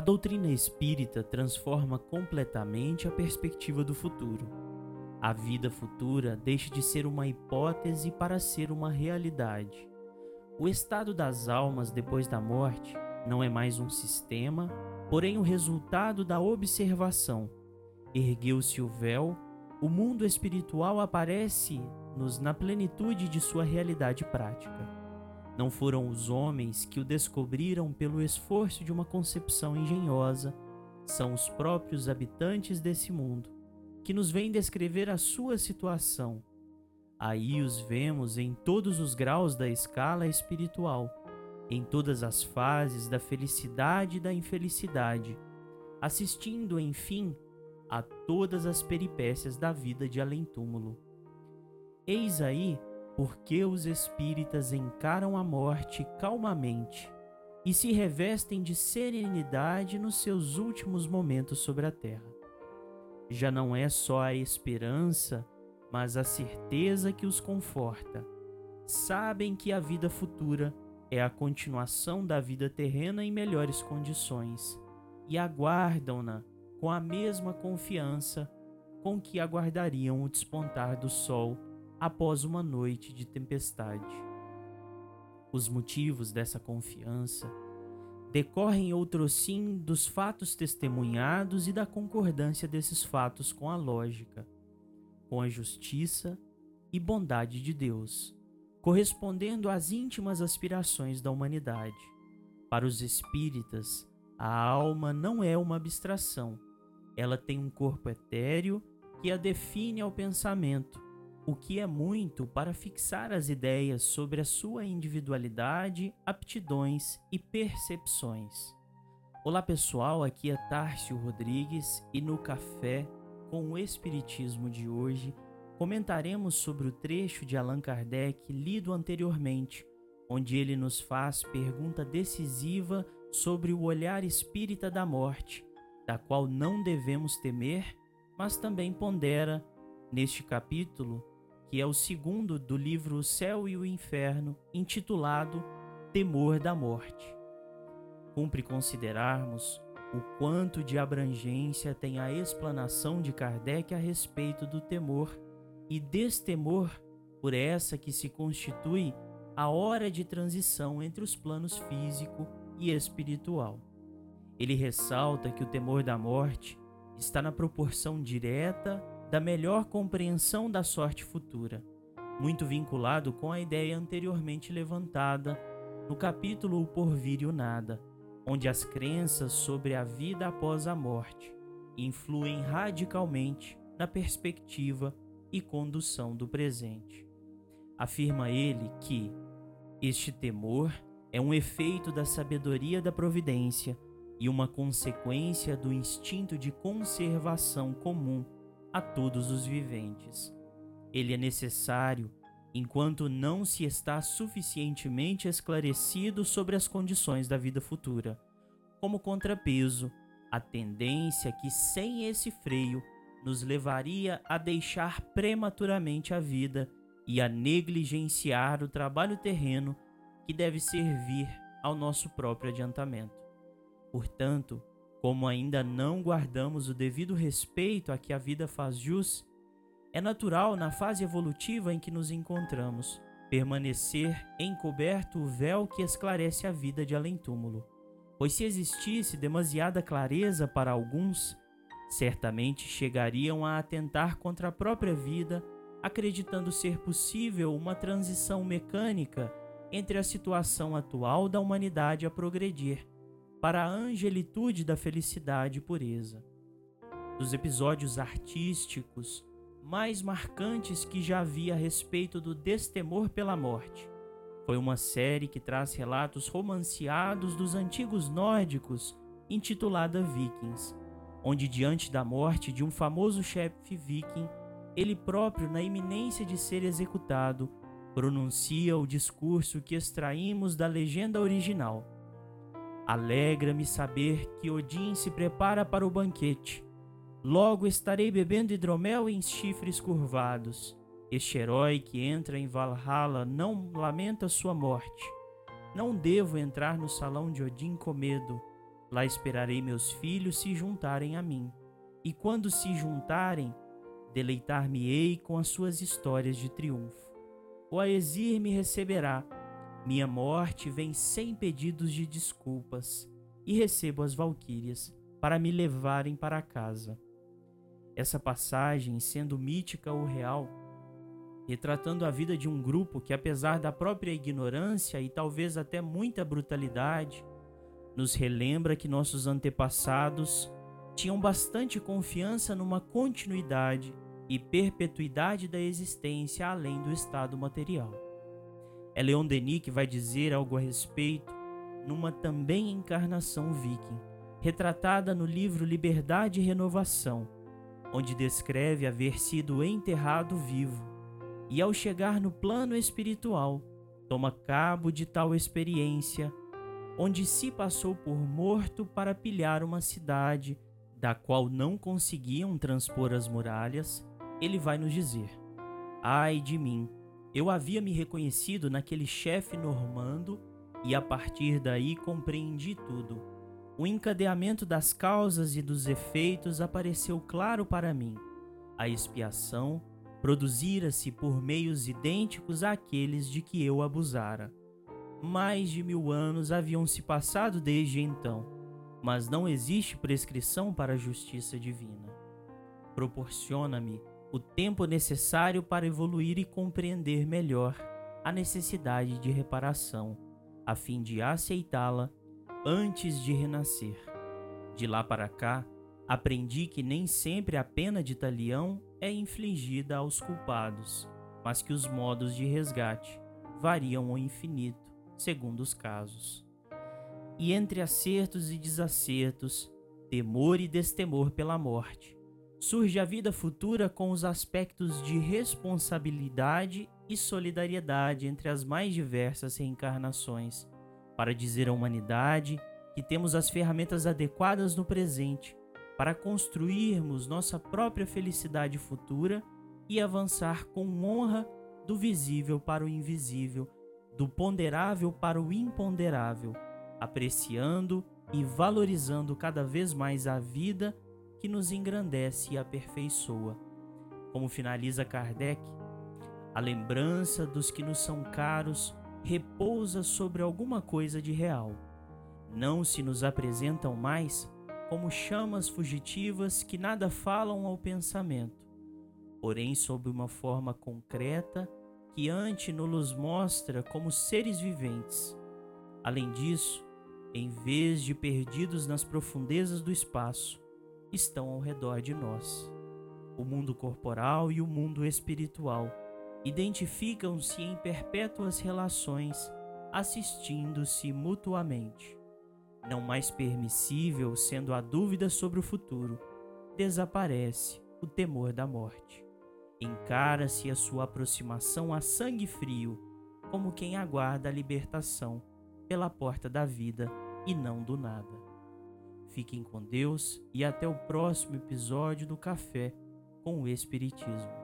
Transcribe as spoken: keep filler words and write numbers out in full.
A doutrina espírita transforma completamente a perspectiva do futuro. A vida futura deixa de ser uma hipótese para ser uma realidade. O estado das almas depois da morte não é mais um sistema, porém o resultado da observação. Ergueu-se o véu, o mundo espiritual aparece-nos na plenitude de sua realidade prática. Não foram os homens que o descobriram pelo esforço de uma concepção engenhosa, são os próprios habitantes desse mundo, que nos vêm descrever a sua situação. Aí os vemos em todos os graus da escala espiritual, em todas as fases da felicidade e da infelicidade, assistindo, enfim, a todas as peripécias da vida de além-túmulo. Eis aí porque os espíritas encaram a morte calmamente e se revestem de serenidade nos seus últimos momentos sobre a terra. Já não é só a esperança, mas a certeza que os conforta. Sabem que a vida futura é a continuação da vida terrena em melhores condições e aguardam-na com a mesma confiança com que aguardariam o despontar do sol após uma noite de tempestade. Os motivos dessa confiança decorrem outrossim dos fatos testemunhados e da concordância desses fatos com a lógica, com a justiça e bondade de Deus, correspondendo às íntimas aspirações da humanidade. Para os espíritas, a alma não é uma abstração, ela tem um corpo etéreo que a define ao pensamento, o que é muito para fixar as ideias sobre a sua individualidade, aptidões e percepções. Olá pessoal, aqui é Tárcio Rodrigues e no Café com o Espiritismo de hoje comentaremos sobre o trecho de Allan Kardec lido anteriormente, onde ele nos faz pergunta decisiva sobre o olhar espírita da morte, da qual não devemos temer, mas também pondera neste capítulo, que é o segundo do livro O Céu e o Inferno, intitulado Temor da Morte. Cumpre considerarmos o quanto de abrangência tem a explanação de Kardec a respeito do temor e destemor por essa que se constitui a hora de transição entre os planos físico e espiritual. Ele ressalta que o temor da morte está na proporção direta da melhor compreensão da sorte futura, muito vinculado com a ideia anteriormente levantada no capítulo O Porvir e o Nada, onde as crenças sobre a vida após a morte influem radicalmente na perspectiva e condução do presente. Afirma ele que este temor é um efeito da sabedoria da providência e uma consequência do instinto de conservação comum a todos os viventes. Ele é necessário enquanto não se está suficientemente esclarecido sobre as condições da vida futura, como contrapeso à tendência que sem esse freio nos levaria a deixar prematuramente a vida e a negligenciar o trabalho terreno que deve servir ao nosso próprio adiantamento. Portanto, como ainda não guardamos o devido respeito a que a vida faz jus, é natural, na fase evolutiva em que nos encontramos, permanecer encoberto o véu que esclarece a vida de além-túmulo. Pois se existisse demasiada clareza para alguns, certamente chegariam a atentar contra a própria vida, acreditando ser possível uma transição mecânica entre a situação atual da humanidade a progredir para a angelitude da felicidade e pureza. Dos episódios artísticos mais marcantes que já vi a respeito do destemor pela morte, foi uma série que traz relatos romanceados dos antigos nórdicos, intitulada Vikings, onde diante da morte de um famoso chefe viking, ele próprio, na iminência de ser executado, pronuncia o discurso que extraímos da legenda original. Alegra-me saber que Odin se prepara para o banquete. Logo estarei bebendo hidromel em chifres curvados. Este herói que entra em Valhalla não lamenta sua morte. Não devo entrar no salão de Odin com medo. Lá esperarei meus filhos se juntarem a mim, e quando se juntarem, deleitar-me-ei com as suas histórias de triunfo. O Aesir me receberá, minha morte vem sem pedidos de desculpas, e recebo as valquírias para me levarem para casa. Essa passagem, sendo mítica ou real, retratando a vida de um grupo que, apesar da própria ignorância e talvez até muita brutalidade, nos relembra que nossos antepassados tinham bastante confiança numa continuidade e perpetuidade da existência além do estado material. É Leon Denis que vai dizer algo a respeito numa também encarnação viking, retratada no livro Liberdade e Renovação, onde descreve haver sido enterrado vivo e, ao chegar no plano espiritual, toma cabo de tal experiência, onde se passou por morto para pilhar uma cidade da qual não conseguiam transpor as muralhas. Ele vai nos dizer: ai de mim, eu havia me reconhecido naquele chefe normando e a partir daí compreendi tudo. O encadeamento das causas e dos efeitos apareceu claro para mim. A expiação produzira-se por meios idênticos àqueles de que eu abusara. Mais de mil anos haviam se passado desde então, mas não existe prescrição para a justiça divina. Proporciona-me o tempo necessário para evoluir e compreender melhor a necessidade de reparação, a fim de aceitá-la antes de renascer. De lá para cá, aprendi que nem sempre a pena de talião é infligida aos culpados, mas que os modos de resgate variam ao infinito, segundo os casos. E entre acertos e desacertos, temor e destemor pela morte, surge a vida futura com os aspectos de responsabilidade e solidariedade entre as mais diversas reencarnações, para dizer à humanidade que temos as ferramentas adequadas no presente para construirmos nossa própria felicidade futura e avançar com honra do visível para o invisível, do ponderável para o imponderável, apreciando e valorizando cada vez mais a vida que nos engrandece e aperfeiçoa. Como finaliza Kardec, a lembrança dos que nos são caros repousa sobre alguma coisa de real. Não se nos apresentam mais como chamas fugitivas que nada falam ao pensamento, porém sob uma forma concreta que ante nos mostra como seres viventes. Além disso, em vez de perdidos nas profundezas do espaço, estão ao redor de nós. O mundo corporal e o mundo espiritual identificam-se em perpétuas relações, assistindo-se mutuamente. Não mais permissível sendo a dúvida sobre o futuro, desaparece o temor da morte. Encara-se a sua aproximação a sangue frio, como quem aguarda a libertação pela porta da vida e não do nada. Fiquem com Deus e até o próximo episódio do Café com o Espiritismo.